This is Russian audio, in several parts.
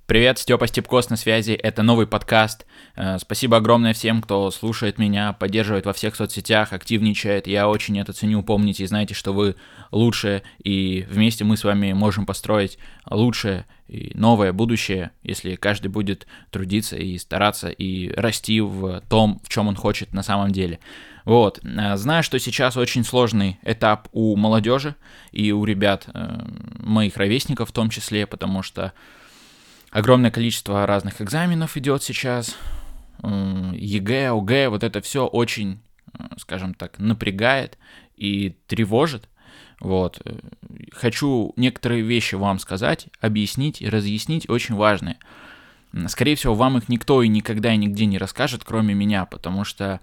Привет, Степа Степкос на связи, это новый подкаст. Спасибо огромное всем, кто слушает меня, поддерживает во всех соцсетях, активничает. Я очень это ценю, помните и знаете, что вы лучшие, и вместе мы с вами можем построить лучшее и новое будущее, если каждый будет трудиться и стараться и расти в том, в чем он хочет на самом деле. Вот. Знаю, что сейчас очень сложный этап у молодежи и у ребят, моих ровесников в том числе, потому что огромное количество разных экзаменов идет сейчас, ЕГЭ, ОГЭ, вот это все очень, скажем так, напрягает и тревожит. Вот. Хочу некоторые вещи вам сказать, объяснить и разъяснить, очень важные. Скорее всего, вам их никто и никогда и нигде не расскажет, кроме меня, потому что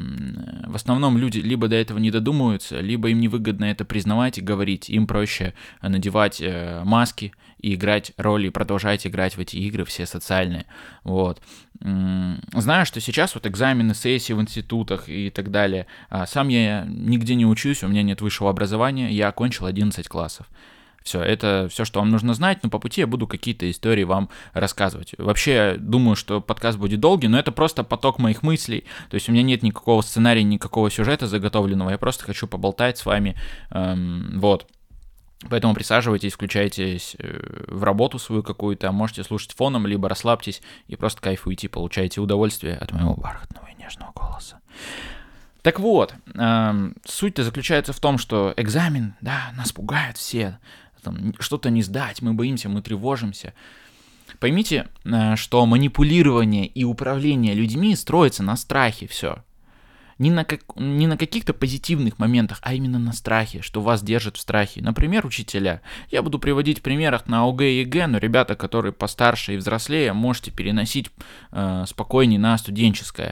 в основном люди либо до этого не додумываются, либо им невыгодно это признавать и говорить. Им проще надевать маски и играть роли, и продолжать играть в эти игры все социальные. Вот. Знаю, что сейчас вот экзамены, сессии в институтах и так далее. Сам я нигде не учусь, у меня нет высшего образования, я окончил 11 классов. Все, это все, что вам нужно знать, но по пути я буду какие-то истории вам рассказывать. Вообще, думаю, что подкаст будет долгий, но это просто поток моих мыслей, то есть у меня нет никакого сценария, никакого сюжета заготовленного, я просто хочу поболтать с вами, вот. Поэтому присаживайтесь, включайтесь в работу свою какую-то, можете слушать фоном, либо расслабьтесь и просто кайфуйте, получайте удовольствие от моего бархатного и нежного голоса. Так вот, суть-то заключается в том, что экзамен, да, нас пугают все, там, что-то не сдать, мы боимся, мы тревожимся. Поймите, что манипулирование и управление людьми строится на страхе все. Не на каких-то позитивных моментах, а именно на страхе, что вас держит в страхе. Например, учителя. Я буду приводить в примерах на ОГЭ и ЕГЭ, но ребята, которые постарше и взрослее, можете переносить спокойнее на студенческое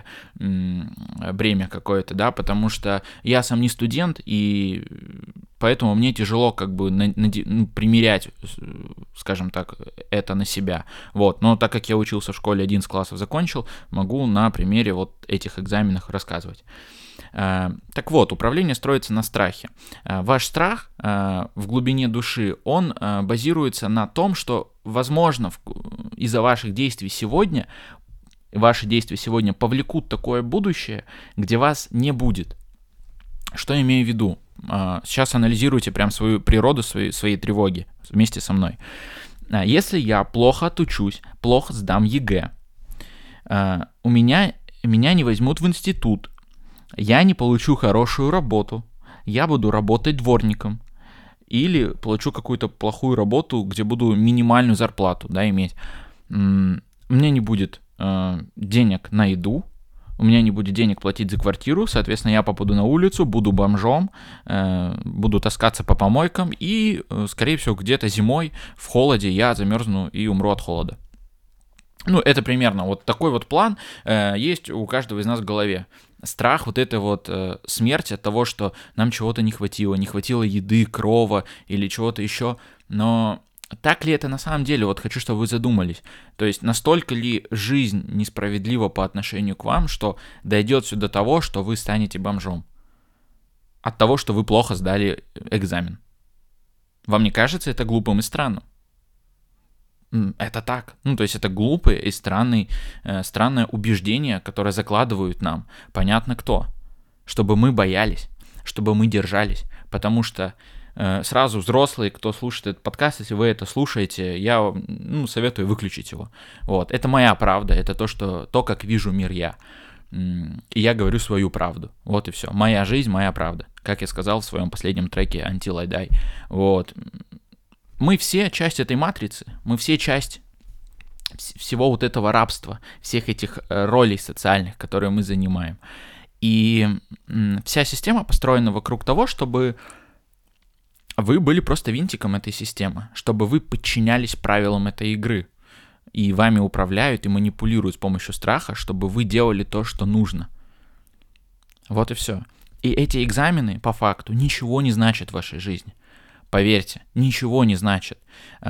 бремя какое-то, да, потому что я сам не студент, и поэтому мне тяжело как бы примерять, скажем так, это на себя. Вот. Но так как я учился в школе, 11 классов закончил, могу на примере вот этих экзаменов рассказывать. Так вот, управление строится на страхе. Ваш страх в глубине души, он базируется на том, что, возможно, из-за ваших действий сегодня, ваши действия сегодня повлекут такое будущее, где вас не будет. Что я имею в виду? Сейчас анализируйте прям свою природу, своей тревоги вместе со мной. Если я плохо отучусь, плохо сдам ЕГЭ, меня не возьмут в институт, я не получу хорошую работу, я буду работать дворником или получу какую-то плохую работу, где буду минимальную зарплату, да, иметь. У меня не будет денег на еду, у меня не будет денег платить за квартиру, соответственно, я попаду на улицу, буду бомжом, буду таскаться по помойкам и, скорее всего, где-то зимой в холоде я замерзну и умру от холода. Ну, это примерно вот такой вот план есть у каждого из нас в голове. Страх вот этой вот смерти от того, что нам чего-то не хватило еды, крова или чего-то еще, но так ли это на самом деле? Вот хочу, чтобы вы задумались. То есть настолько ли жизнь несправедлива по отношению к вам, что дойдет все до того, что вы станете бомжом? От того, что вы плохо сдали экзамен. Вам не кажется это глупым и странным? Это так. Ну, то есть это глупое и странное убеждение, которое закладывают нам. Понятно кто. Чтобы мы боялись, чтобы мы держались. Потому что сразу взрослые, кто слушает этот подкаст, если вы это слушаете, я советую выключить его. Вот. Это моя правда, это то, как вижу мир я. И я говорю свою правду. Вот и все. Моя жизнь, моя правда. Как я сказал в своем последнем треке Until I Die. Вот. Мы все часть этой матрицы, мы все часть всего вот этого рабства, всех этих ролей социальных, которые мы занимаем. И вся система построена вокруг того, чтобы вы были просто винтиком этой системы, чтобы вы подчинялись правилам этой игры, и вами управляют и манипулируют с помощью страха, чтобы вы делали то, что нужно. Вот и все. И эти экзамены, по факту, ничего не значат в вашей жизни. Поверьте, ничего не значит.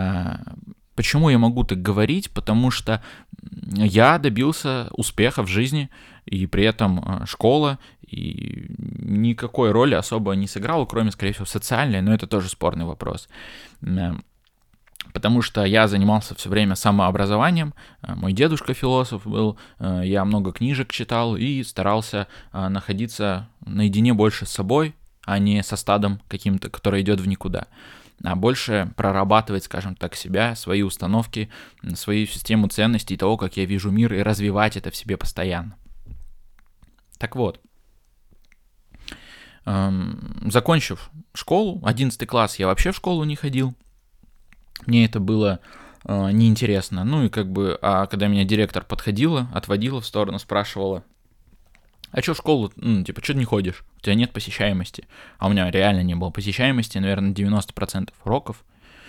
Почему я могу так говорить? Потому что я добился успеха в жизни, и при этом школа и никакой роли особо не сыграла, кроме, скорее всего, социальной, но это тоже спорный вопрос. потому что я занимался все время самообразованием, мой дедушка философ был, я много книжек читал и старался находиться наедине больше с собой, а не со стадом каким-то, который идет в никуда, а больше прорабатывать, скажем так, себя, свои установки, свою систему ценностей, того, как я вижу мир, и развивать это в себе постоянно. Так вот, закончив школу, 11 класс, я вообще в школу не ходил, мне это было неинтересно. Ну и когда меня директор подходила, отводила в сторону, спрашивала: а чё в школу, чё ты не ходишь? У тебя нет посещаемости. А у меня реально не было посещаемости, наверное, 90% уроков.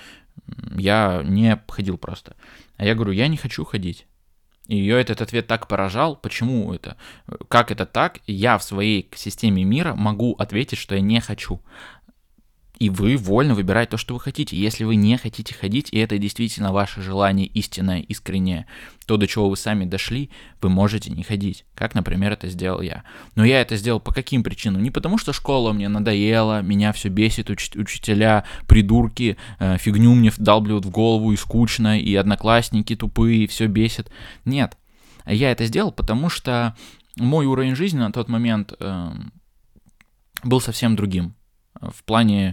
Я не ходил просто. А я говорю, я не хочу ходить. И ее этот ответ так поражал. Почему это? Как это так? Я в своей системе мира могу ответить, что я не хочу. И вы вольно выбирать то, что вы хотите. Если вы не хотите ходить, и это действительно ваше желание истинное, искреннее, то, до чего вы сами дошли, вы можете не ходить. Как, например, это сделал я. Но я это сделал по каким причинам? Не потому, что школа мне надоела, меня все бесит, учителя придурки, фигню мне вдалбливают в голову, и скучно, и одноклассники тупые, и все бесит. Нет. Я это сделал, потому что мой уровень жизни на тот момент был совсем другим. В плане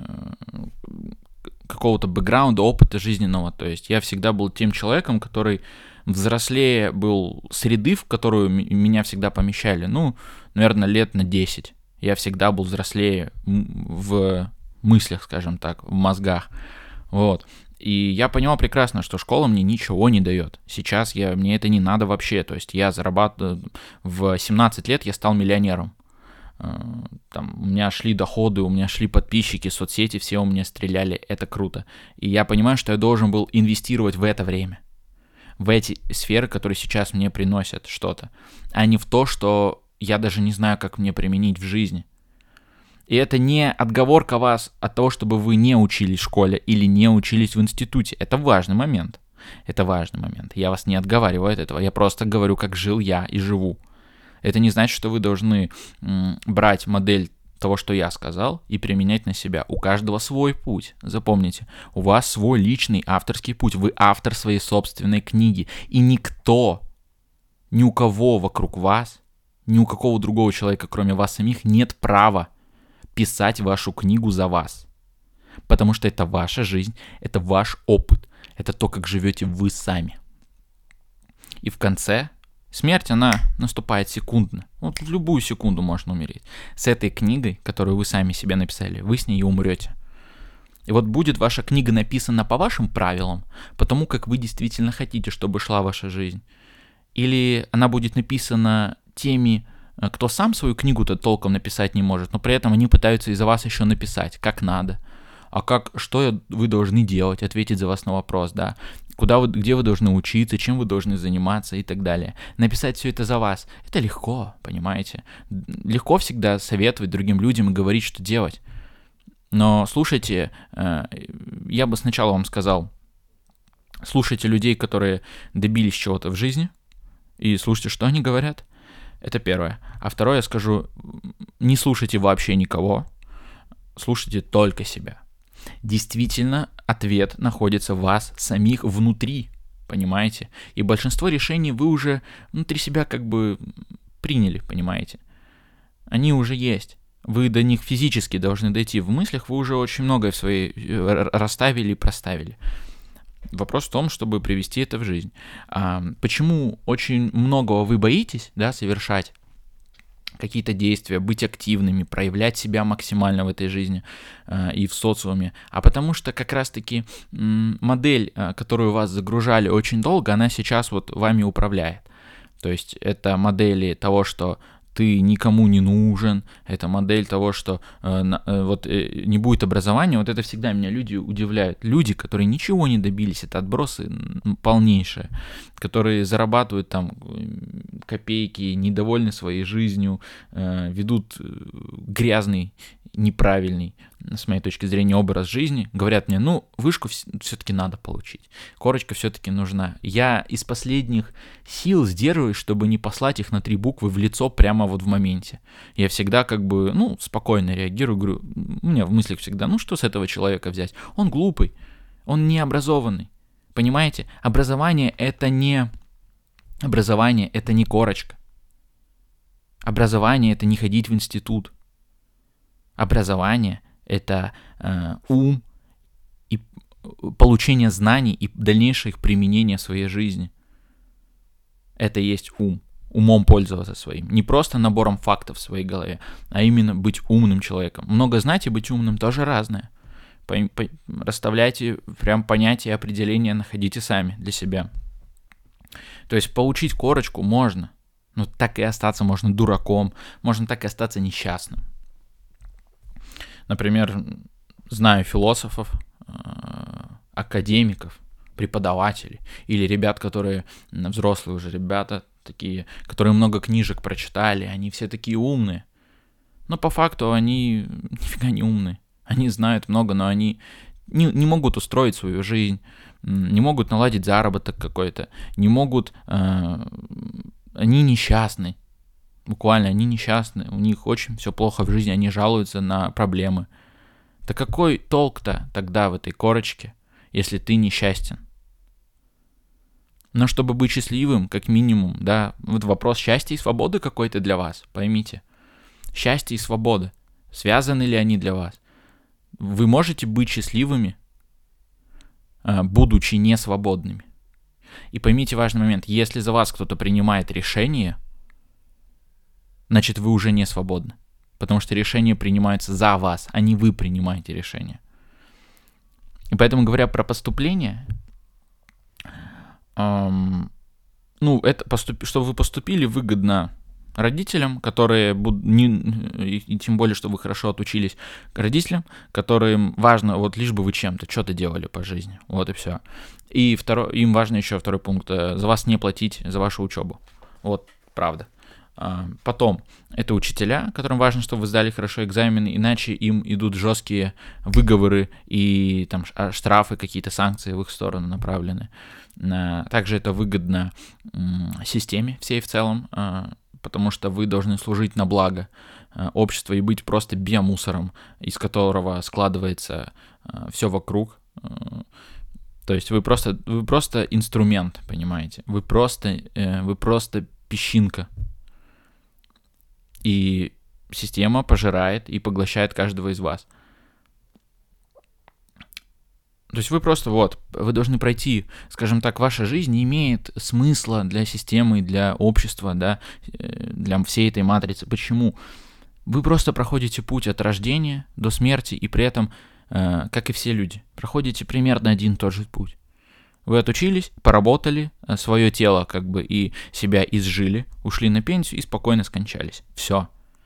какого-то бэкграунда, опыта жизненного. То есть я всегда был тем человеком, который взрослее был среды, в которую меня всегда помещали. Ну, наверное, лет на 10. Я всегда был взрослее в мыслях, скажем так, в мозгах. Вот. И я понимал прекрасно, что школа мне ничего не дает. Сейчас мне это не надо вообще. То есть я зарабатываю... В 17 лет я стал миллионером. Там, у меня шли доходы, у меня шли подписчики, соцсети, все у меня стреляли, это круто. И я понимаю, что я должен был инвестировать в это время, в эти сферы, которые сейчас мне приносят что-то, а не в то, что я даже не знаю, как мне применить в жизни. И это не отговорка вас от того, чтобы вы не учились в школе или не учились в институте. Это важный момент. Это важный момент. Я вас не отговариваю от этого, я просто говорю, как жил я и живу. Это не значит, что вы должны брать модель того, что я сказал, и применять на себя. У каждого свой путь. Запомните, у вас свой личный авторский путь. Вы автор своей собственной книги. И никто, ни у кого вокруг вас, ни у какого другого человека, кроме вас самих, нет права писать вашу книгу за вас. Потому что это ваша жизнь, это ваш опыт, это то, как живете вы сами. И в конце... Смерть, она наступает секундно. Вот в любую секунду можно умереть. С этой книгой, которую вы сами себе написали, вы с ней умрете. И вот будет ваша книга написана по вашим правилам, по тому, как вы действительно хотите, чтобы шла ваша жизнь. Или она будет написана теми, кто сам свою книгу-то толком написать не может, но при этом они пытаются из-за вас еще написать, как надо. А что вы должны делать, ответить за вас на вопрос, да. Где вы должны учиться, чем вы должны заниматься и так далее. Написать все это за вас. Это легко, понимаете. Легко всегда советовать другим людям и говорить, что делать. Но слушайте, я бы сначала вам сказал, слушайте людей, которые добились чего-то в жизни, и слушайте, что они говорят. Это первое. А второе я скажу, не слушайте вообще никого, слушайте только себя. Действительно, ответ находится в вас самих внутри, понимаете? И большинство решений вы уже внутри себя как бы приняли, понимаете? Они уже есть. Вы до них физически должны дойти. В мыслях вы уже очень многое в своей расставили и проставили. Вопрос в том, чтобы привести это в жизнь. Почему очень многого вы боитесь, да, совершать? Какие-то действия, быть активными, проявлять себя максимально в этой жизни и в социуме. А потому что как раз-таки модель, которую вас загружали очень долго, она сейчас вот вами управляет. То есть это модели того, что ты никому не нужен, это модель того, что не будет образования. Вот это всегда меня люди удивляют. Люди, которые ничего не добились, это отбросы полнейшие, которые зарабатывают там копейки, недовольны своей жизнью, ведут грязный, неправильный, с моей точки зрения, образ жизни, говорят мне, вышку все-таки надо получить, корочка все-таки нужна. Я из последних сил сдерживаюсь, чтобы не послать их на 3 буквы в лицо прямо вот в моменте. Я всегда спокойно реагирую, говорю, у меня в мыслях всегда, что с этого человека взять? Он глупый. Он не образованный. Понимаете? Образование это не корочка. Образование это не ходить в институт. Образование это ум и получение знаний и дальнейшее их применение в своей жизни. Это и есть ум. Умом пользоваться своим. Не просто набором фактов в своей голове, а именно быть умным человеком. Много знать и быть умным тоже разное. Расставляйте прям понятия и определения, находите сами для себя. То есть получить корочку можно, но так и остаться можно дураком, можно так и остаться несчастным. Например, знаю философов, академиков, преподавателей или ребят, которые взрослые уже ребята, такие, которые много книжек прочитали, они все такие умные. Но по факту они нифига не умные. Они знают много, но они не могут устроить свою жизнь, не могут наладить заработок какой-то, не могут... Они несчастны. Буквально они несчастны. У них очень все плохо в жизни, они жалуются на проблемы. Да какой толк-то тогда в этой корочке, если ты несчастен? Но чтобы быть счастливым, как минимум, да, вот вопрос счастья и свободы какой-то для вас, поймите. Счастье и свобода, связаны ли они для вас? Вы можете быть счастливыми, будучи несвободными. И поймите важный момент, если за вас кто-то принимает решение, значит вы уже не свободны. Потому что решение принимается за вас, а не вы принимаете решение. И поэтому, говоря про поступление, это чтобы вы поступили выгодно родителям, которые и тем более, что вы хорошо отучились, к родителям, которым важно, вот лишь бы вы что-то делали по жизни, вот и все. И им важно еще второй пункт, за вас не платить за вашу учебу, вот правда. Потом, это учителя, которым важно, чтобы вы сдали хорошо экзамены, иначе им идут жесткие выговоры и там штрафы, какие-то санкции в их сторону направлены. Также это выгодно системе всей в целом, потому что вы должны служить на благо общества и быть просто биомусором, из которого складывается все вокруг. То есть вы просто инструмент, понимаете? Вы просто песчинка. И система пожирает и поглощает каждого из вас. То есть вы вы должны пройти, скажем так, ваша жизнь не имеет смысла для системы, для общества, да, для всей этой матрицы. Почему? Вы просто проходите путь от рождения до смерти, и при этом, как и все люди, проходите примерно один и тот же путь. Вы отучились, поработали, свое тело и себя изжили, ушли на пенсию и спокойно скончались. Все.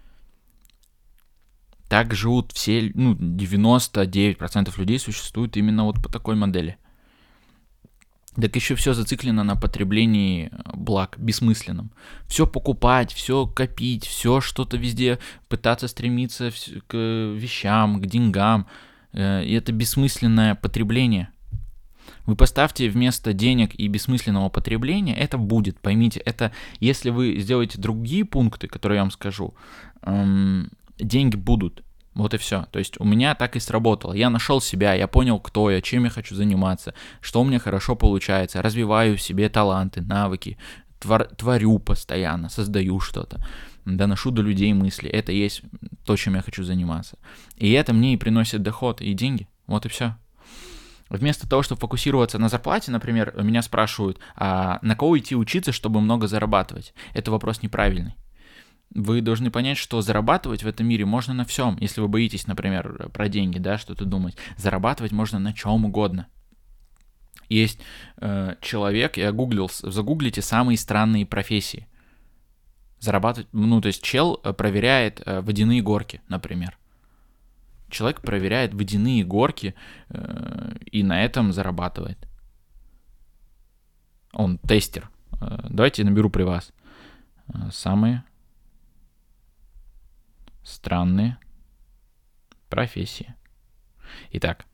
Так живут все, 99% людей существуют именно вот по такой модели. Так еще все зациклено на потреблении благ, бессмысленном. Все покупать, все копить, все что-то везде пытаться стремиться к вещам, к деньгам. И это бессмысленное потребление. Вы поставьте вместо денег и бессмысленного потребления, это будет, поймите, это если вы сделаете другие пункты, которые я вам скажу, деньги будут, вот и все. То есть у меня так и сработало, я нашел себя, я понял, кто я, чем я хочу заниматься, что у меня хорошо получается, развиваю в себе таланты, навыки, творю постоянно, создаю что-то, доношу до людей мысли, это и есть то, чем я хочу заниматься. И это мне и приносит доход и деньги, вот и все. Вместо того, чтобы фокусироваться на зарплате, например, меня спрашивают, а на кого идти учиться, чтобы много зарабатывать? Это вопрос неправильный. Вы должны понять, что зарабатывать в этом мире можно на всем. Если вы боитесь, например, про деньги, да, что-то думать, зарабатывать можно на чем угодно. Есть человек, я загуглите самые странные профессии. Зарабатывать, то есть чел проверяет водяные горки, например. Человек проверяет водяные горки и на этом зарабатывает. Он тестер. Давайте я наберу при вас. Самые странные профессии. Итак.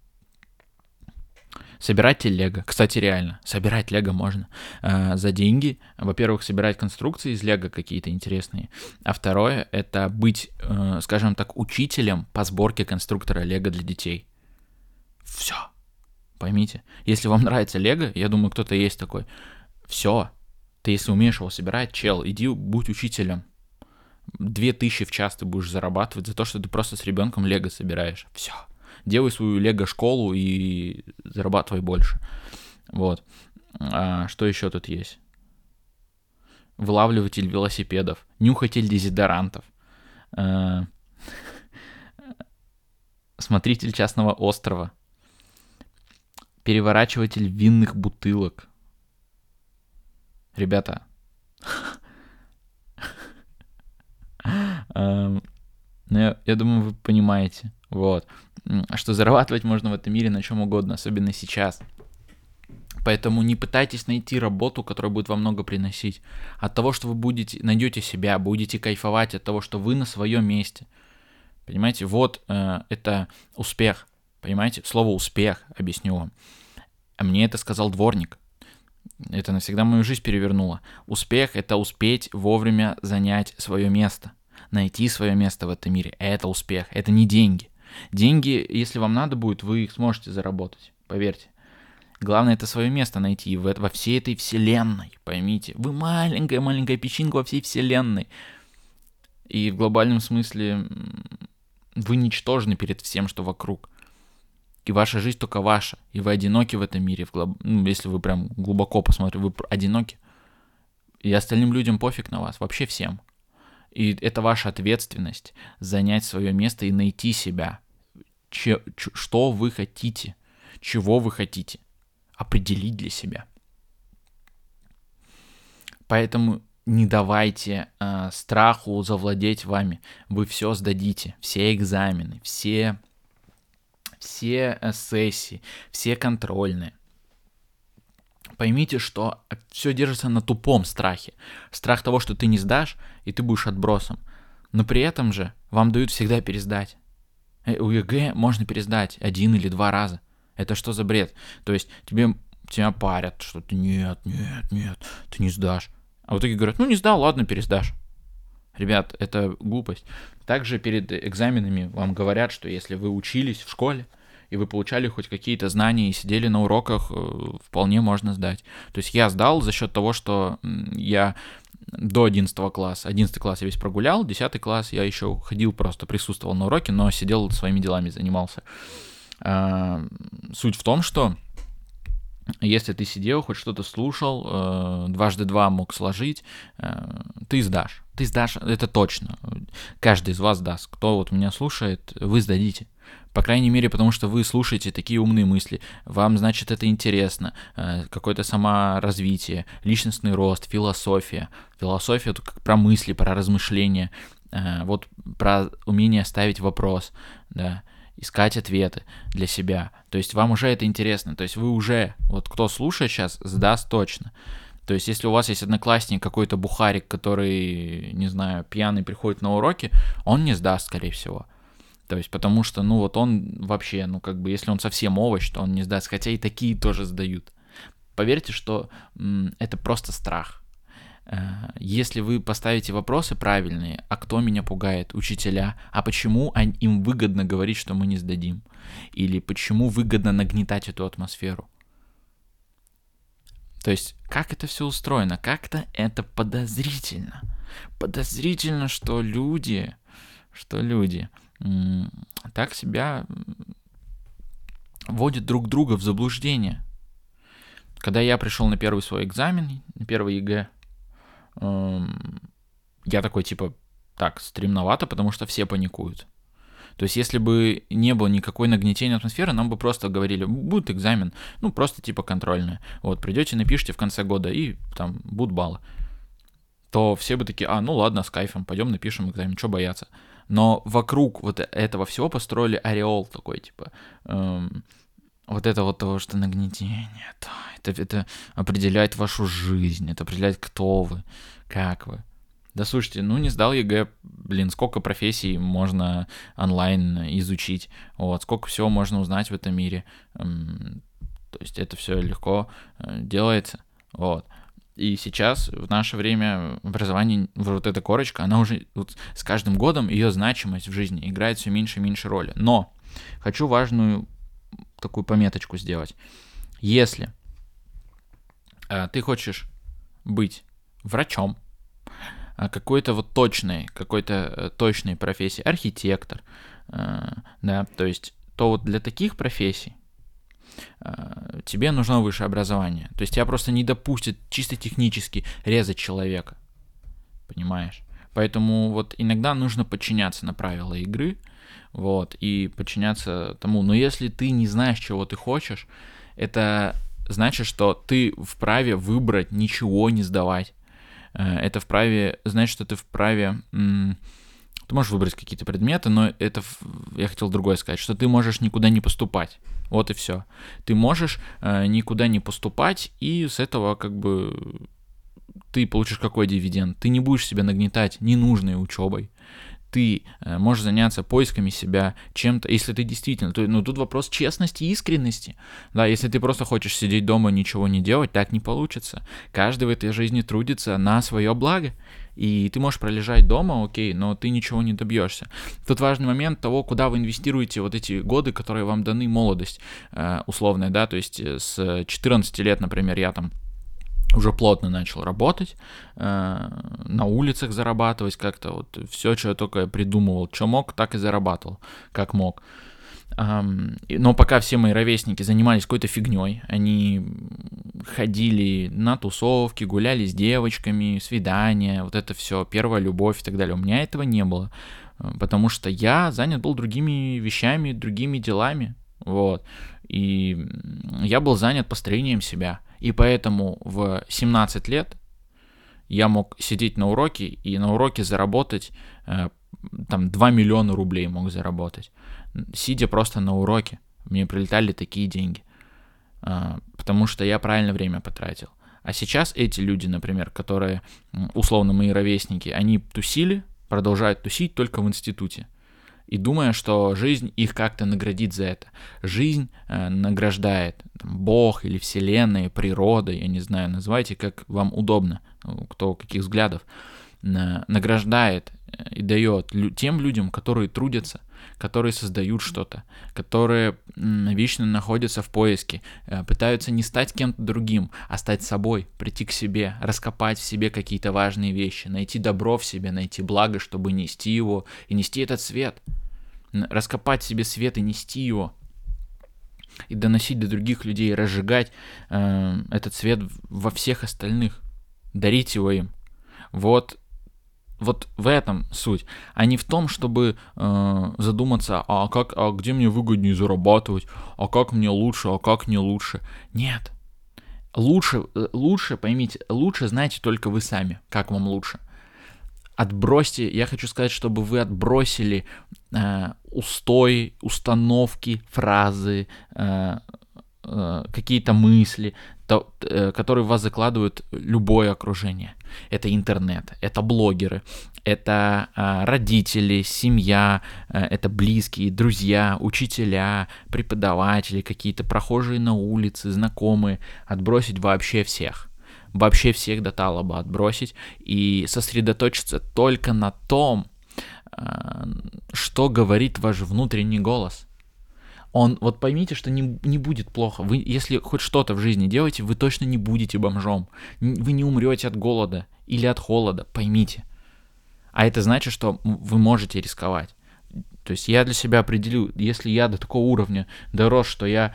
Собиратель лего. Кстати, реально, собирать лего можно за деньги. Во-первых, собирать конструкции из лего какие-то интересные. А второе, это быть, скажем так, учителем по сборке конструктора лего для детей. Все. Поймите. Если вам нравится Лего, я думаю, кто-то есть такой, все, ты если умеешь его собирать, чел, иди будь учителем. 2000 в час ты будешь зарабатывать за то, что ты просто с ребенком Лего собираешь. Все. Делай свою Лего-школу и зарабатывай больше. Вот. А что еще тут есть? Вылавливатель велосипедов, нюхатель дезодорантов, смотритель частного острова, переворачиватель винных бутылок. Ребята, я думаю, вы понимаете, вот, что зарабатывать можно в этом мире на чем угодно, особенно сейчас. Поэтому не пытайтесь найти работу, которая будет вам много приносить. От того, что вы найдете себя, будете кайфовать от того, что вы на своем месте. Понимаете, вот это успех. Понимаете, слово успех, объясню вам. А мне это сказал дворник. Это навсегда мою жизнь перевернуло. Успех — это успеть вовремя занять свое место. Найти свое место в этом мире. Это успех, это не деньги. Деньги, если вам надо будет, вы их сможете заработать, поверьте. Главное — это свое место найти во всей этой вселенной, поймите. Вы маленькая-маленькая песчинка во всей вселенной. И в глобальном смысле вы ничтожны перед всем, что вокруг. И ваша жизнь только ваша. И вы одиноки в этом мире. Если вы прям глубоко посмотрите, вы одиноки. И остальным людям пофиг на вас, вообще всем. И это ваша ответственность занять свое место и найти себя. Что вы хотите, чего вы хотите. Определить для себя. Поэтому не давайте страху завладеть вами. Вы все сдадите. Все экзамены, все сессии, все контрольные. Поймите, что все держится на тупом страхе. Страх того, что ты не сдашь, и ты будешь отбросом. Но при этом же вам дают всегда пересдать. У ЕГЭ можно пересдать 1 или 2 раза. Это что за бред? То есть тебя парят, что ты нет, ты не сдашь. А в итоге говорят, не сдал, ладно, пересдашь. Ребят, это глупость. Также перед экзаменами вам говорят, что если вы учились в школе, и вы получали хоть какие-то знания и сидели на уроках, вполне можно сдать. То есть я сдал за счет того, что я до 11 класса. 11 класс я весь прогулял, 10 класс я еще ходил, просто присутствовал на уроке, но сидел своими делами, занимался. Суть в том, что если ты сидел, хоть что-то слушал, 2 × 2 мог сложить, ты сдашь. Ты сдашь, это точно. Каждый из вас даст. Кто вот меня слушает, вы сдадите. По крайней мере, потому что вы слушаете такие умные мысли. Вам, значит, это интересно. Какое-то саморазвитие, личностный рост, философия. Философия — это как про мысли, про размышления. Вот про умение ставить вопрос, да. Искать ответы для себя. То есть вам уже это интересно. То есть вы уже, вот кто слушает сейчас, сдаст точно. То есть если у вас есть одноклассник, какой-то бухарик, который, не знаю, пьяный приходит на уроки, он не сдаст, скорее всего. То есть потому что, он вообще, если он совсем овощ, то он не сдаст. Хотя и такие тоже сдают. Поверьте, что это просто страх. Если вы поставите вопросы правильные, а кто меня пугает? Учителя. А почему им выгодно говорить, что мы не сдадим? Или почему выгодно нагнетать эту атмосферу? То есть, как это все устроено? Как-то это подозрительно. Подозрительно, что люди так себя вводят друг друга в заблуждение. Когда я пришел на первый свой экзамен, на первый ЕГЭ, я такой, стремновато, потому что все паникуют. То есть, если бы не было никакой нагнетения атмосферы, нам бы просто говорили, будет экзамен, просто контрольная. Вот, придете, напишите в конце года, и там будут баллы. То все бы такие, ладно, с кайфом, пойдем напишем экзамен, что бояться. Но вокруг вот этого всего построили ореол такой, вот это вот того, что нагнетение, это определяет вашу жизнь, это определяет, кто вы, как вы. Да слушайте, не сдал ЕГЭ, сколько профессий можно онлайн изучить, сколько всего можно узнать в этом мире. То есть это все легко делается, И сейчас, в наше время, в образовании вот эта корочка, она уже с каждым годом, ее значимость в жизни играет все меньше и меньше роли. Но хочу важную такую пометочку сделать. Если ты хочешь быть врачом, какой-то точной профессии, архитектор, да, то есть, то вот для таких профессий тебе нужно высшее образование. То есть тебя просто не допустят чисто технически резать человека, понимаешь? Поэтому вот иногда нужно подчиняться на правила игры, вот, и подчиняться тому. Но если ты не знаешь, чего ты хочешь, это значит, что ты вправе выбрать ничего не сдавать. Это значит, что ты вправе... Ты можешь выбрать какие-то предметы, но я хотел другое сказать, что ты можешь никуда не поступать. Вот и все. Ты можешь никуда не поступать, и с этого как бы ты получишь какой дивиденд? Ты не будешь себя нагнетать ненужной учебой. Ты можешь заняться поисками себя, чем-то, если ты действительно... тут вопрос честности и искренности. Да, если ты просто хочешь сидеть дома, ничего не делать, так не получится. Каждый в этой жизни трудится на свое благо. И ты можешь пролежать дома, окей, но ты ничего не добьешься. Тут важный момент того, куда вы инвестируете вот эти годы, которые вам даны, молодость условная, да, то есть с 14 лет, например, я там уже плотно начал работать, на улицах зарабатывать как-то, вот все, что я только придумывал, что мог, так и зарабатывал, как мог. Но пока все мои ровесники занимались какой-то фигней, они ходили на тусовки, гуляли с девочками, свидания, вот это все, первая любовь и так далее. У меня этого не было, потому что я занят был другими вещами, другими делами, вот. И я был занят построением себя. И поэтому в 17 лет я мог сидеть на уроке и на уроке заработать, там 2 миллиона рублей мог заработать. Сидя просто на уроке, мне прилетали такие деньги, потому что я правильно время потратил. А сейчас эти люди, например, которые условно мои ровесники, они тусили, продолжают тусить только в институте. И думая, что жизнь их как-то наградит за это. Жизнь награждает Бог или Вселенная, природа, я не знаю, называйте как вам удобно, кто каких взглядов, награждает и дает тем людям, которые трудятся, которые создают что-то, которые вечно находятся в поиске, пытаются не стать кем-то другим, а стать собой, прийти к себе, раскопать в себе какие-то важные вещи, найти добро в себе, найти благо, чтобы нести его и нести этот свет, раскопать в себе свет и нести его, и доносить до других людей, разжигать этот свет во всех остальных, дарить его им. Вот в этом суть, а не в том, чтобы задуматься, а где мне выгоднее зарабатывать, а как мне лучше, а как не лучше. Нет. Лучше, поймите, лучше знаете только вы сами, как вам лучше. Отбросьте, я хочу сказать, чтобы вы отбросили установки, фразы, какие-то мысли, которые в вас закладывают любое окружение. Это интернет, это блогеры, это родители, семья, это близкие, друзья, учителя, преподаватели, какие-то прохожие на улице, знакомые. Отбросить вообще всех до талаба отбросить и сосредоточиться только на том, что говорит ваш внутренний голос. Вот поймите, что не будет плохо. Вы, если хоть что-то в жизни делаете, вы точно не будете бомжом. Вы не умрете от голода или от холода, поймите. А это значит, что вы можете рисковать. То есть я для себя определю, если я до такого уровня дорос, что я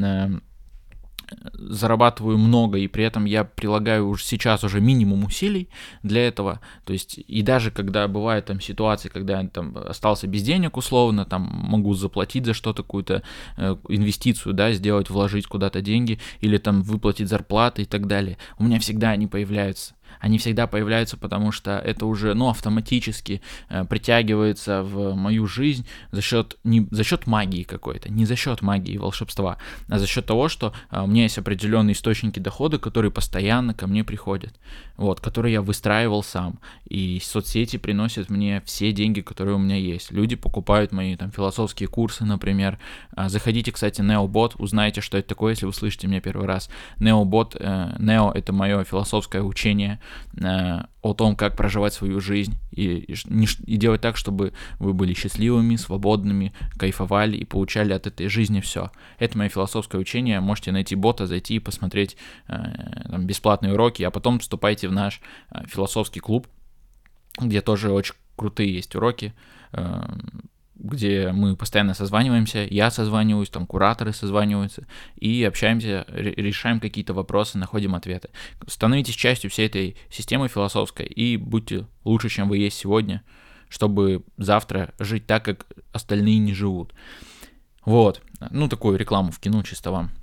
зарабатываю много, и при этом я прилагаю уже сейчас уже минимум усилий для этого, то есть и даже когда бывают там ситуации, когда я там остался без денег условно, там могу заплатить за что-то, какую-то инвестицию, да, сделать, вложить куда-то деньги, или там выплатить зарплаты и так далее, у меня всегда они появляются. Они всегда появляются, потому что это уже, автоматически притягивается в мою жизнь не за счет магии какой-то, не за счет магии и волшебства, а за счет того, что у меня есть определенные источники дохода, которые постоянно ко мне приходят, которые я выстраивал сам. И соцсети приносят мне все деньги, которые у меня есть. Люди покупают мои там философские курсы, например. Заходите, кстати, NeoBot, узнайте, что это такое, если вы слышите меня первый раз. NeoBot, Neo — это мое философское учение, о том, как проживать свою жизнь и делать так, чтобы вы были счастливыми, свободными, кайфовали и получали от этой жизни все. Это мое философское учение. Можете найти бота, зайти и посмотреть там, бесплатные уроки, а потом вступайте в наш философский клуб, где тоже очень крутые есть уроки, где мы постоянно созваниваемся, я созваниваюсь, там кураторы созваниваются и общаемся, решаем какие-то вопросы, находим ответы. Становитесь частью всей этой системы философской и будьте лучше, чем вы есть сегодня, чтобы завтра жить так, как остальные не живут. Вот, ну такую рекламу вкину чисто вам.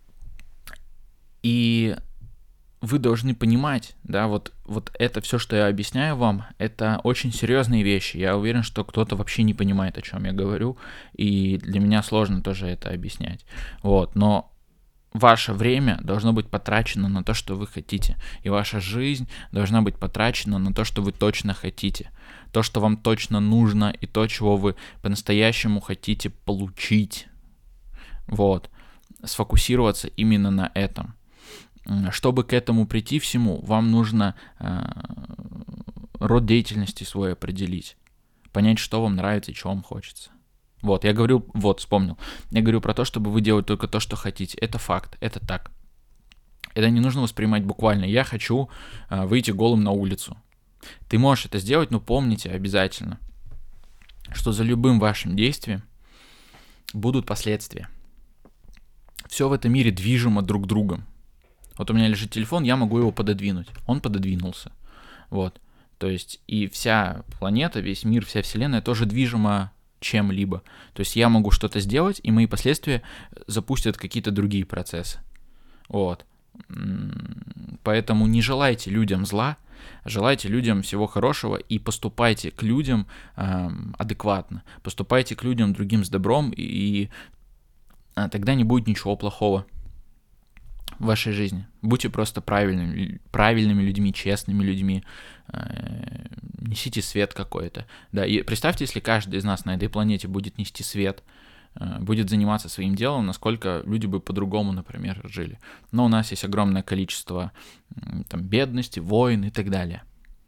И вы должны понимать, да, вот это все, что я объясняю вам, это очень серьезные вещи. Я уверен, что кто-то вообще не понимает, о чем я говорю, и для меня сложно тоже это объяснять. Вот, но ваше время должно быть потрачено на то, что вы хотите, и ваша жизнь должна быть потрачена на то, что вы точно хотите, то, что вам точно нужно, и то, чего вы по-настоящему хотите получить. Вот, сфокусироваться именно на этом. Чтобы к этому прийти всему, вам нужно род деятельности свой определить, понять, что вам нравится и чего вам хочется. Вот, я говорю, вспомнил. Я говорю про то, чтобы вы делали только то, что хотите. Это факт, это так. Это не нужно воспринимать буквально. Я хочу выйти голым на улицу. Ты можешь это сделать, но помните обязательно, что за любым вашим действием будут последствия. Все в этом мире движимо друг другом. Вот у меня лежит телефон, я могу его пододвинуть. Он пододвинулся. Вот. То есть и вся планета, весь мир, вся вселенная тоже движима чем-либо. То есть я могу что-то сделать, и мои последствия запустят какие-то другие процессы. Вот. Поэтому не желайте людям зла, желайте людям всего хорошего и поступайте к людям адекватно. Поступайте к людям другим с добром, и тогда не будет ничего плохого в вашей жизни. Будьте просто правильными людьми, честными людьми, несите свет какой-то. Да, и представьте, если каждый из нас на этой планете будет нести свет, будет заниматься своим делом, насколько люди бы по-другому, например, жили. Но у нас есть огромное количество там, бедности, войн и так далее.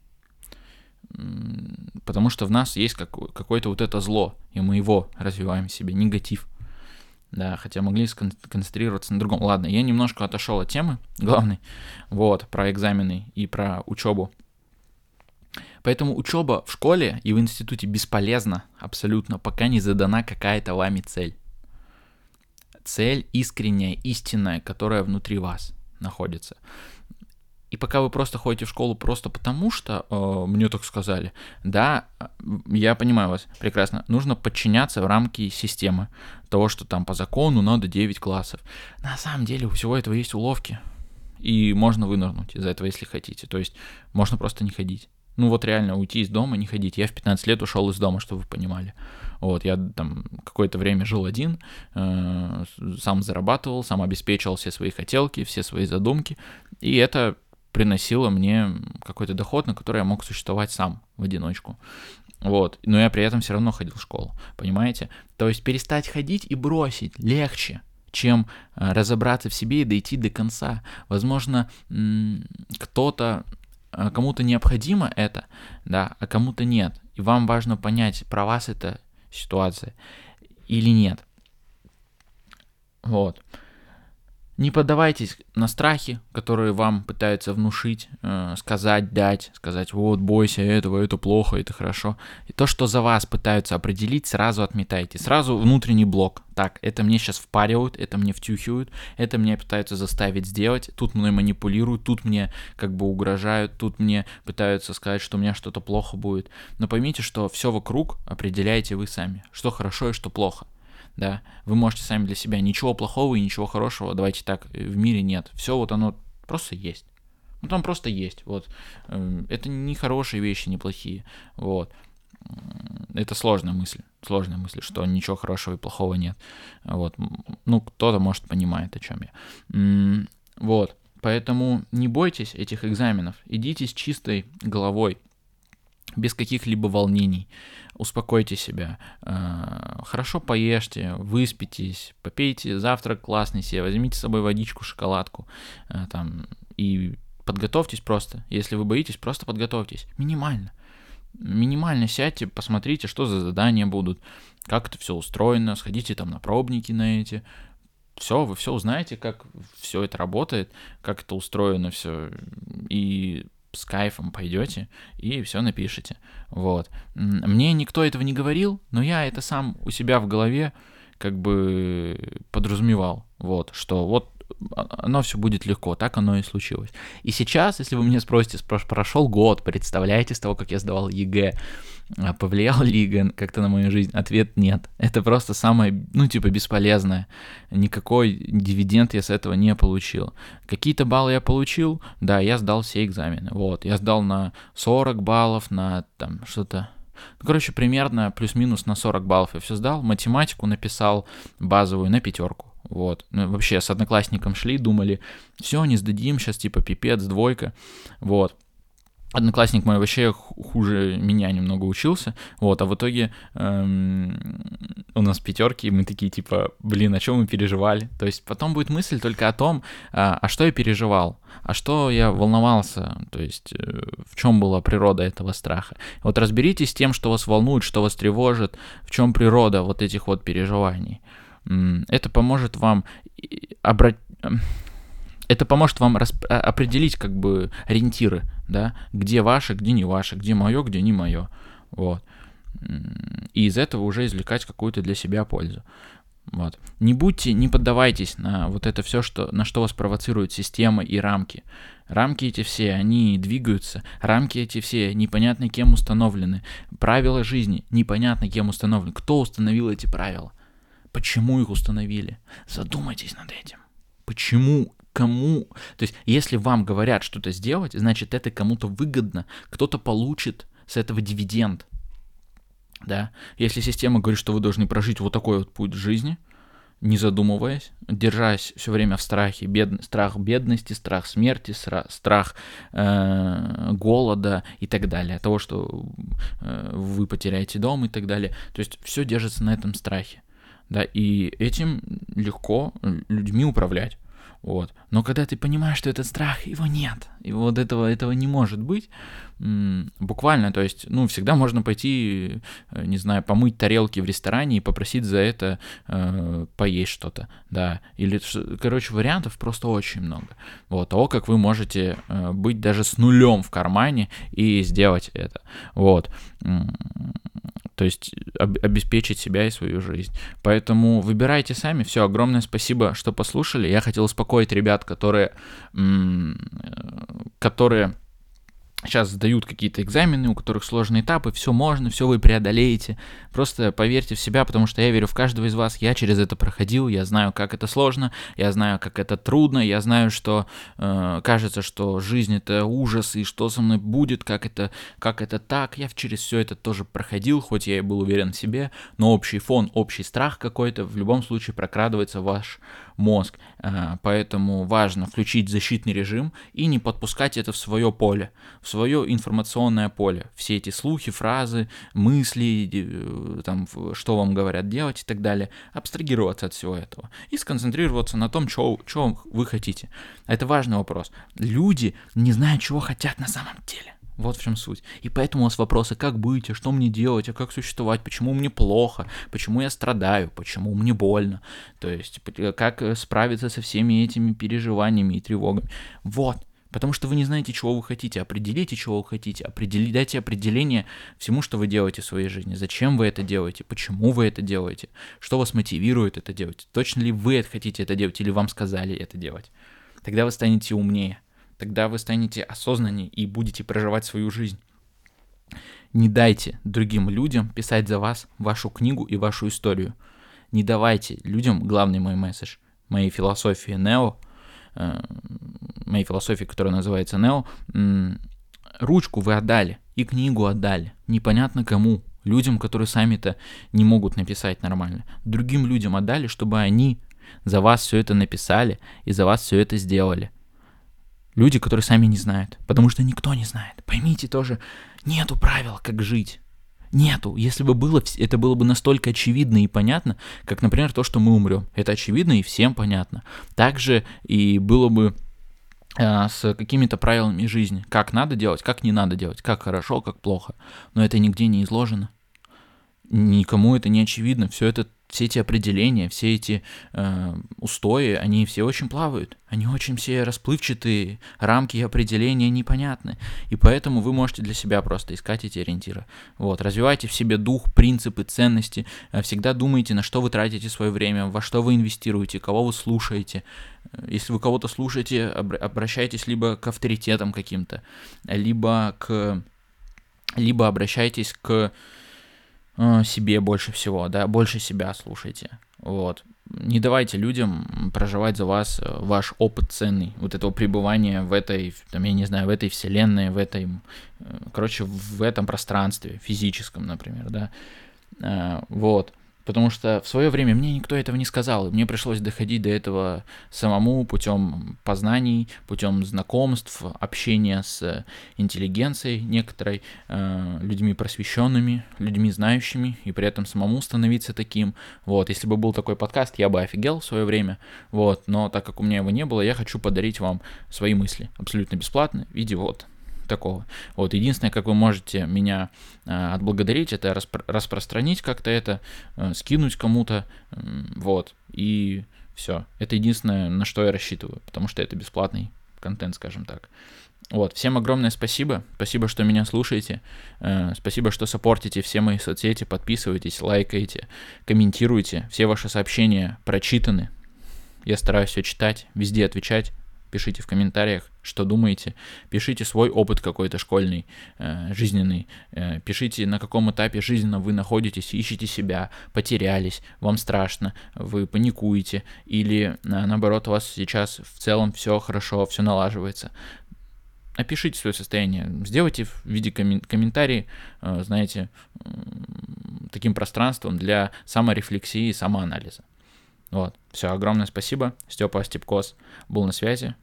Потому что в нас есть какое-то вот это зло, и мы его развиваем в себе, негатив. Да, хотя могли сконцентрироваться на другом. Ладно, я немножко отошел от темы главной, вот, про экзамены и про учебу. Поэтому учеба в школе и в институте бесполезна абсолютно, пока не задана какая-то вами цель. Цель искренняя, истинная, которая внутри вас находится. И пока вы просто ходите в школу просто потому, что мне так сказали, да, я понимаю вас прекрасно, нужно подчиняться в рамки системы того, что там по закону надо 9 классов. На самом деле у всего этого есть уловки, и можно вынырнуть из этого, если хотите. То есть можно просто не ходить. Ну вот реально уйти из дома, не ходить. Я в 15 лет ушел из дома, чтобы вы понимали. Вот, я там какое-то время жил один, сам зарабатывал, сам обеспечивал все свои хотелки, все свои задумки, и это приносило мне какой-то доход, на который я мог существовать сам в одиночку. Вот. Но я при этом все равно ходил в школу, понимаете? То есть перестать ходить и бросить легче, чем разобраться в себе и дойти до конца. Возможно, кому-то необходимо это, да, а кому-то нет. И вам важно понять, про вас эта ситуация или нет. Вот. Не поддавайтесь на страхи, которые вам пытаются внушить, сказать, вот, бойся этого, это плохо, это хорошо. И то, что за вас пытаются определить, сразу отметайте. Сразу внутренний блок. Так, это мне сейчас впаривают, это мне втюхивают, это мне пытаются заставить сделать, тут мной манипулируют, тут мне как бы угрожают, тут мне пытаются сказать, что у меня что-то плохо будет. Но поймите, что все вокруг определяете вы сами, что хорошо и что плохо. Да, вы можете сами для себя. Ничего плохого и ничего хорошего, давайте так, в мире нет. Все вот оно просто есть. Ну там просто есть. Вот. Это не хорошие вещи, не плохие. Вот. Это сложная мысль, что ничего хорошего и плохого нет. Вот. Ну, кто-то, может, понимает, о чем я. Вот. Поэтому не бойтесь этих экзаменов. Идите с чистой головой, без каких-либо волнений. Успокойте себя, хорошо поешьте, выспитесь, попейте завтрак классный себе, возьмите с собой водичку, шоколадку, там, и подготовьтесь просто. Если вы боитесь, просто подготовьтесь. Минимально сядьте, посмотрите, что за задания будут, как это все устроено, сходите там на пробники на эти. Все, вы все узнаете, как все это работает, как это устроено все, и с кайфом пойдете и все напишите. Вот. Мне никто этого не говорил, но я это сам у себя в голове как бы подразумевал, вот, что вот оно все будет легко, так оно и случилось. И сейчас, если вы меня спросите, прошел год, представляете, с того, как я сдавал ЕГЭ, повлиял ли ЕГЭ как-то на мою жизнь? Ответ нет. Это просто самое, бесполезное. Никакой дивиденд я с этого не получил. Какие-то баллы я получил, да, я сдал все экзамены, вот. Я сдал на 40 баллов, на там что-то... примерно плюс-минус на 40 баллов я все сдал. Математику написал базовую на 5. Вот. Вообще с одноклассником шли, думали, все, не сдадим, сейчас типа пипец, 2. Вот. Одноклассник мой вообще хуже меня немного учился, вот, а в итоге у нас 5, и мы такие, типа, о чем мы переживали? То есть потом будет мысль только о том, а что я переживал, а что я волновался, то есть в чем была природа этого страха. Вот разберитесь с тем, что вас волнует, что вас тревожит, в чем природа вот этих вот переживаний. Это поможет вам определить как бы ориентиры, да, где ваше, где не ваше, где мое, где не мое, вот. И из этого уже извлекать какую-то для себя пользу. Вот. Не поддавайтесь на вот это все, на что вас провоцирует система и рамки. Рамки эти все, они двигаются, рамки эти все непонятно кем установлены. Правила жизни непонятно кем установлены. Кто установил эти правила? Почему их установили? Задумайтесь над этим. Почему? Кому? То есть, если вам говорят что-то сделать, значит, это кому-то выгодно, кто-то получит с этого дивиденд. Да? Если система говорит, что вы должны прожить вот такой вот путь жизни, не задумываясь, держась все время в страхе, страх бедности, страх смерти, страх голода и так далее, того, что вы потеряете дом и так далее. То есть, все держится на этом страхе. Да? И этим легко людьми управлять. Вот. Но когда ты понимаешь, что этот страх, его нет, и вот этого не может быть, буквально, то есть, всегда можно пойти, не знаю, помыть тарелки в ресторане и попросить за это поесть что-то, да, или, вариантов просто очень много, вот, того, как вы можете быть даже с нулем в кармане и сделать это, вот. То есть обеспечить себя и свою жизнь. Поэтому выбирайте сами. Все, огромное спасибо, что послушали. Я хотел успокоить ребят, которые сейчас сдают какие-то экзамены, у которых сложные этапы, все можно, все вы преодолеете. Просто поверьте в себя, потому что я верю в каждого из вас. Я через это проходил, я знаю, как это сложно, я знаю, как это трудно, я знаю, что кажется, что жизнь — это ужас, и что со мной будет, как это так. Я через все это тоже проходил, хоть я и был уверен в себе, но общий фон, общий страх какой-то в любом случае прокрадывается в ваш мозг. Поэтому важно включить защитный режим и не подпускать это в свое поле, в свое информационное поле. Все эти слухи, фразы, мысли, там, что вам говорят делать и так далее. Абстрагироваться от всего этого и сконцентрироваться на том, что вы хотите. Это важный вопрос. Люди не знают, чего хотят на самом деле. Вот в чем суть. И поэтому у вас вопросы: как быть, а что мне делать, а как существовать, почему мне плохо, почему я страдаю, почему мне больно, то есть как справиться со всеми этими переживаниями и тревогами. Вот. Потому что вы не знаете, чего вы хотите. Определите, чего вы хотите. Дайте определение всему, что вы делаете в своей жизни. Зачем вы это делаете, почему вы это делаете, что вас мотивирует это делать. Точно ли вы хотите это делать или вам сказали это делать. Тогда вы станете умнее. Тогда вы станете осознаннее и будете проживать свою жизнь. Не дайте другим людям писать за вас вашу книгу и вашу историю. Не давайте людям, главный мой месседж, моей философии Нео, моей философии, которая называется Нео, ручку вы отдали и книгу отдали. Непонятно кому. Людям, которые сами-то не могут написать нормально. Другим людям отдали, чтобы они за вас все это написали и за вас все это сделали. Люди, которые сами не знают, потому что никто не знает. Поймите тоже, нету правил, как жить. Нету. Если бы было, это было бы настолько очевидно и понятно, как, например, то, что мы умрем. Это очевидно и всем понятно. Также и было бы с какими-то правилами жизни, как надо делать, как не надо делать, как хорошо, как плохо. Но это нигде не изложено. Никому это не очевидно. Все эти определения, все эти устои, они все очень плавают. Они очень все расплывчатые, рамки и определения непонятны. И поэтому вы можете для себя просто искать эти ориентиры. Вот, развивайте в себе дух, принципы, ценности. Всегда думайте, на что вы тратите свое время, во что вы инвестируете, кого вы слушаете. Если вы кого-то слушаете, обращайтесь либо к авторитетам каким-то, либо обращайтесь к себе больше всего, да, больше себя слушайте, вот. Не давайте людям проживать за вас ваш опыт ценный, вот этого пребывания в этой, там, я не знаю, в этой вселенной, в этом пространстве физическом, например, да, вот. Потому что в свое время мне никто этого не сказал, и мне пришлось доходить до этого самому путем познаний, путем знакомств, общения с интеллигенцией некоторой, людьми просвещенными, людьми знающими, и при этом самому становиться таким. Вот, если бы был такой подкаст, я бы офигел в свое время, вот, но так как у меня его не было, я хочу подарить вам свои мысли абсолютно бесплатно в виде вот такого. Вот, единственное, как вы можете меня отблагодарить, это распространить как-то это, скинуть кому-то, вот, и все. Это единственное, на что я рассчитываю, потому что это бесплатный контент, скажем так. Вот, всем огромное спасибо, что меня слушаете, спасибо, что саппортите все мои соцсети, подписывайтесь, лайкаете, комментируйте, все ваши сообщения прочитаны, я стараюсь все читать, везде отвечать. Пишите в комментариях, что думаете. Пишите свой опыт какой-то школьный, жизненный. Пишите, на каком этапе жизненно вы находитесь, ищете себя, потерялись, вам страшно, вы паникуете, или наоборот, у вас сейчас в целом все хорошо, все налаживается. Опишите свое состояние, сделайте в виде комментарий, знаете, таким пространством для саморефлексии и самоанализа. Вот, все, огромное спасибо. Степа Остепкос был на связи.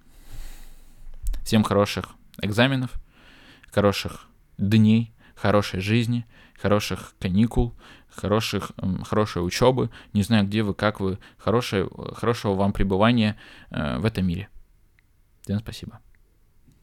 Всем хороших экзаменов, хороших дней, хорошей жизни, хороших каникул, хорошей учебы. Не знаю, где вы, как вы. Хорошего вам пребывания в этом мире. Всем спасибо.